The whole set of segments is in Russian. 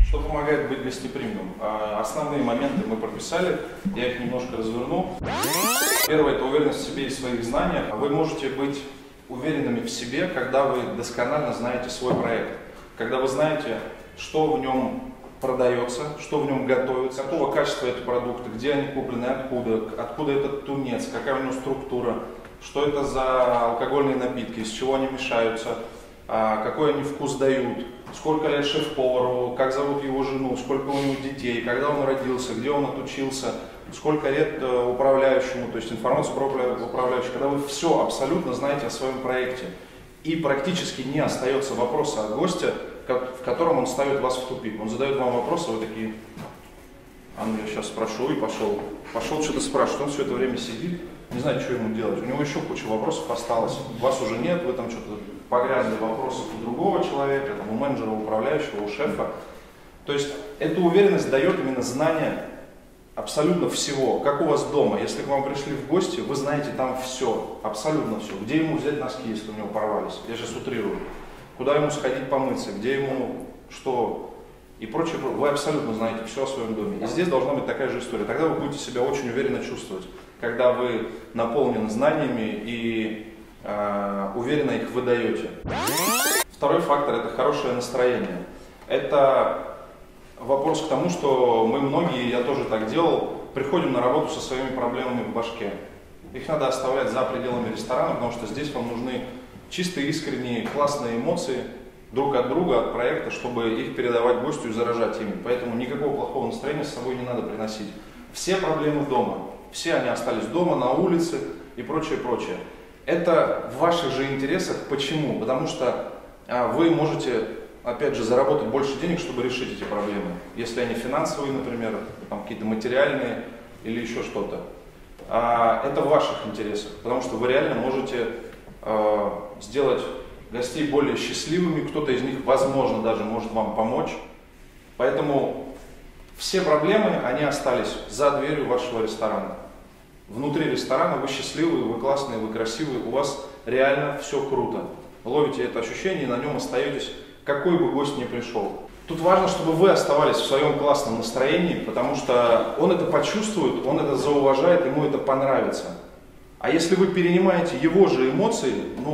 Что помогает быть гостеприимным? Основные моменты мы прописали, я их немножко разверну. Первое – это уверенность в себе и своих знаниях. Вы можете быть уверенными в себе, когда вы досконально знаете свой проект, когда вы знаете, что в нем продается, что в нем готовится, какого качества это продукты, где они куплены, откуда этот тунец, какая у него структура, что это за алкогольные напитки, из чего они мешаются, какой они вкус дают, сколько лет шеф-повару, как зовут его жену, сколько у него детей, когда он родился, где он отучился, сколько лет управляющему, то есть информацию про управляющего, когда вы все абсолютно знаете о своем проекте. И практически не остается вопроса от гостя, в котором он ставит вас в тупик. Он задает вам вопросы, вы такие: я сейчас спрошу, и пошел что-то спрашивать. Он все это время сидит, не знает, что ему делать. У него еще куча вопросов осталось. Вас уже нет, вы там что-то погрязли в вопросах у другого человека, там, у менеджера, у управляющего, у шефа. То есть эту уверенность дает именно знание абсолютно всего, как у вас дома. Если к вам пришли в гости, вы знаете там все, абсолютно все. Где ему взять носки, если у него порвались? Я сейчас утрирую. Куда ему сходить помыться, где ему что и прочее. Вы абсолютно знаете все о своем доме. И здесь должна быть такая же история. Тогда вы будете себя очень уверенно чувствовать, когда вы наполнены знаниями и уверенно их выдаете. Второй фактор – это хорошее настроение. Это вопрос к тому, что мы многие, я тоже так делал, приходим на работу со своими проблемами в башке. Их надо оставлять за пределами ресторана, потому что здесь вам нужны чистые, искренние, классные эмоции друг от друга, от проекта, чтобы их передавать гостю и заражать ими. Поэтому никакого плохого настроения с собой не надо приносить. Все проблемы дома, все они остались дома, на улице и прочее, прочее. Это в ваших же интересах. Почему? Потому что вы можете, опять же, заработать больше денег, чтобы решить эти проблемы. Если они финансовые, например, какие-то материальные или еще что-то. Это в ваших интересах, потому что вы реально можете сделать гостей более счастливыми, кто-то из них, возможно, даже может вам помочь. Поэтому все проблемы, они остались за дверью вашего ресторана. Внутри ресторана вы счастливые, вы классные, вы красивые, у вас реально все круто. Ловите это ощущение и на нем остаетесь, какой бы гость ни пришел. Тут важно, чтобы вы оставались в своем классном настроении, потому что он это почувствует, он это зауважает, ему это понравится. А если вы перенимаете его же эмоции,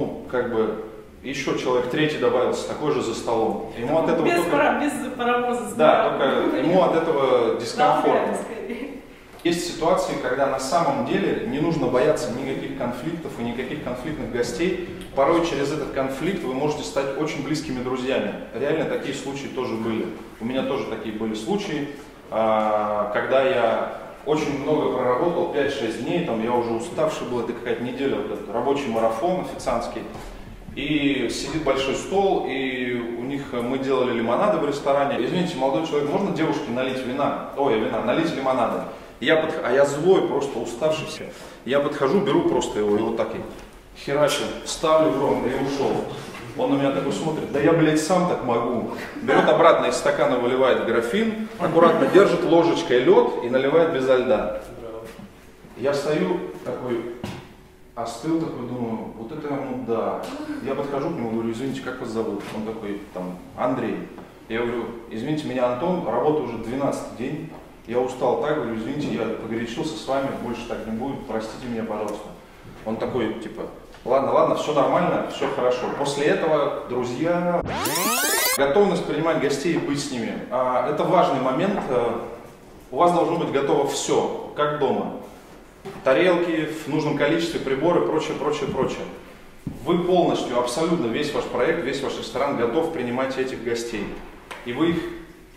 еще человек третий добавился, такой же за столом. Ему от этого без паровоза. Да, только ему от этого дискомфортно. Есть ситуации, когда на самом деле не нужно бояться никаких конфликтов и никаких конфликтных гостей. Порой через этот конфликт вы можете стать очень близкими друзьями. Реально такие случаи тоже были. У меня тоже такие были случаи, когда я очень много проработал, 5-6 дней, я уже уставший был, это какая-то неделя, рабочий марафон официантский. И сидит большой стол, и у них мы делали лимонады в ресторане. Извините, молодой человек, можно девушке налить налить лимонада? Я злой, просто уставший все. Я подхожу, беру просто его и вот так и херачу, ставлю громко и ушел. Он на меня такой смотрит: да я, блядь, сам так могу. Берет обратно из стакана, выливает в графин, аккуратно держит ложечкой лед и наливает безо льда. Я стою такой, остыл такой, думаю, вот это да. Я подхожу к нему, говорю: извините, как вас зовут? Он такой, Андрей. Я говорю: извините, меня Антон, работаю уже 12-й день. Я устал так, говорю: извините, я погорячился с вами, больше так не будет, простите меня, пожалуйста. Он такой, ладно, все нормально, все хорошо. После этого, друзья, готовность принимать гостей и быть с ними. Это важный момент. У вас должно быть готово все, как дома. Тарелки в нужном количестве, приборы, прочее. Вы полностью, абсолютно весь ваш проект, весь ваш ресторан готов принимать этих гостей. И вы их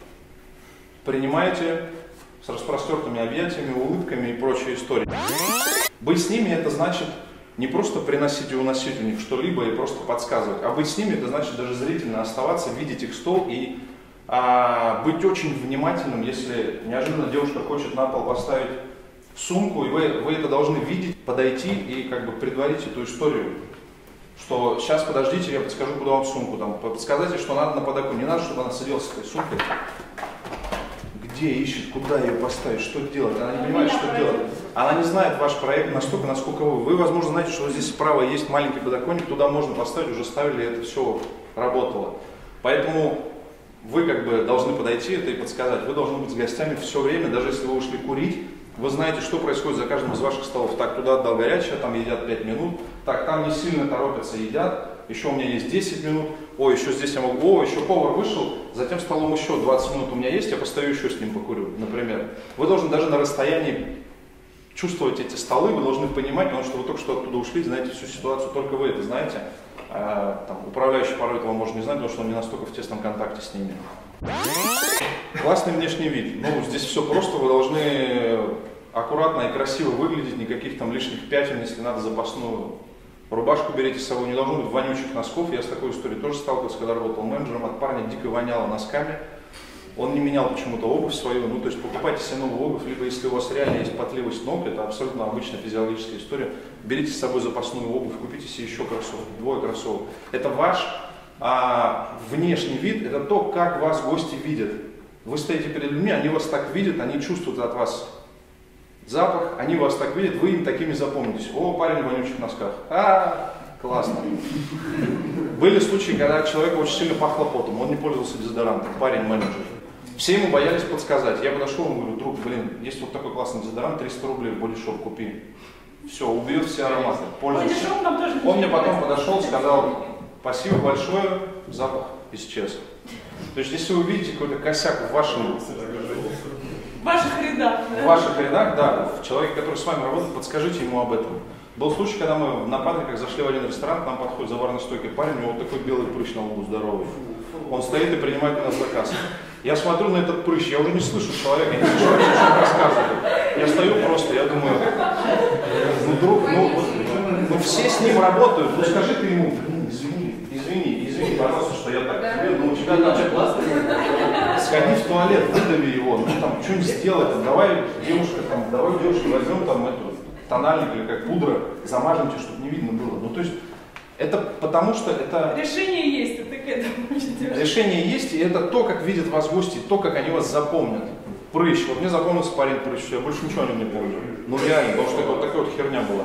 принимаете с распростертыми объятиями, улыбками и прочей историей. Быть с ними — это значит не просто приносить и уносить у них что-либо и просто подсказывать, а быть с ними — это значит даже зрительно оставаться, видеть их стол и быть очень внимательным, если неожиданно девушка хочет на пол поставить сумку, и вы это должны видеть, подойти и предварить эту историю. Что сейчас подождите, я подскажу, куда вам сумку, подсказайте, что надо на подоконнике. Не надо, чтобы она сидела с этой сумкой. Где ищет, куда ее поставить, что делать. Она не понимает, что делать. Она не знает ваш проект настолько, насколько вы. Вы, возможно, знаете, что здесь справа есть маленький подоконник, туда можно поставить, уже ставили, это все работало. Поэтому вы как бы должны подойти это и подсказать. Вы должны быть с гостями все время, даже если вы ушли курить, вы знаете, что происходит за каждым из ваших столов. Так, туда отдал горячее, там едят 5 минут, так, там не сильно торопятся, едят, еще у меня есть 10 минут, о, еще здесь я могу, о, еще повар вышел, за тем столом еще 20 минут у меня есть, я постою еще с ним покурю, например. Вы должны даже на расстоянии чувствовать эти столы, вы должны понимать, потому что вы только что оттуда ушли, знаете всю ситуацию, только вы это знаете. Там, управляющий порой этого может не знать, потому что он не настолько в тесном контакте с ними. Классный внешний вид. Ну, здесь все просто, вы должны аккуратно и красиво выглядеть, никаких там лишних пятен, если надо запасную рубашку берите с собой, не должно быть вонючих носков. Я с такой историей тоже сталкивался, когда работал менеджером, от парня дико воняло носками. Он не менял почему-то обувь свою, ну то есть покупайте себе новую обувь, либо если у вас реально есть потливость ног, это абсолютно обычная физиологическая история, берите с собой запасную обувь, купите себе еще кроссовок, 2 кроссовок. Это ваш внешний вид, это то, как вас гости видят. Вы стоите перед людьми, они вас так видят, они чувствуют от вас запах, они вас так видят, вы им такими запомнитесь. О, парень в вонючих носках. Классно. Были случаи, когда человеку очень сильно пахло потом, он не пользовался дезодорантом, парень менеджер. Все ему боялись подсказать. Я подошел ему говорю, друг, блин, есть вот такой классный дезодорант, 300 рублей в бодишоп купи. Все, убьет все ароматы. Пользуйся. Он мне потом подошел, сказал, спасибо большое, запах исчез. То есть, если вы видите какой-то косяк в ваших рядах, в ваших рядах, да, человек, который с вами работает, подскажите ему об этом. Был случай, когда мы на Патриках зашли в один ресторан, к нам подходит за барной стойкой парень, у него вот такой белый прыщ на лбу, здоровый. Он стоит и принимает у нас заказ. Я смотрю на этот прыщ, я уже не слышу человека, я не слышу, что он рассказывает. Я стою просто, я думаю, ну, друг, ну все с ним работают, ну скажи ты ему, извини, пожалуйста, что я так тебе, ну у тебя там сходи в туалет, выдави его, ну там что-нибудь сделай, давай девушке возьмем там эту тональник или как пудра, замажемте, чтобы не видно было. Ну то есть это потому что это... Решение есть, это к этому. Решение есть, и это то, как видят вас гости, то, как они вас запомнят. Прыщ. Вот мне запомнился парень прыщ, я больше ничего о нем не помню. Ну реально, потому что это вот такая вот херня была.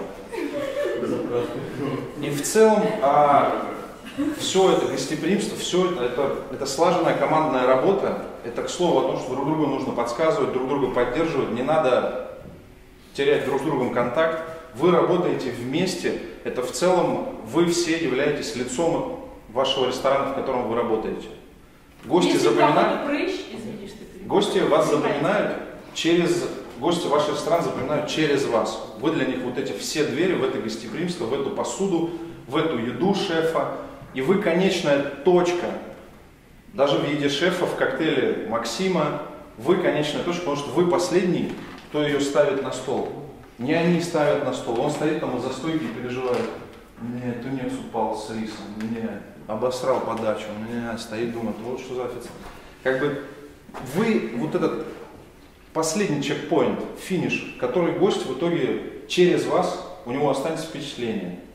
И в целом все это гостеприимство, все это слаженная командная работа. Это к слову о том, что друг другу нужно подсказывать, друг друга поддерживать. Не надо терять друг с другом контакт. Вы работаете вместе. Это в целом вы все являетесь лицом вашего ресторана, в котором вы работаете. Гости запоминают. Гости вас запоминают через... Гости ваш ресторан запоминают через вас. Вы для них вот эти все двери, в это гостеприимство, в эту посуду, в эту еду шефа. И вы конечная точка. Даже в еде шефа, в коктейле Максима, вы конечная точка, потому что вы последний, кто ее ставит на стол. Не они ставят на стол, он стоит там за стойкой и переживает. Мне тунец упал с рисом, мне обосрал подачу, мне стоит, думает, вот что за офицер. Как бы вы вот этот последний чекпоинт, финиш, который гость в итоге через вас, у него останется впечатление.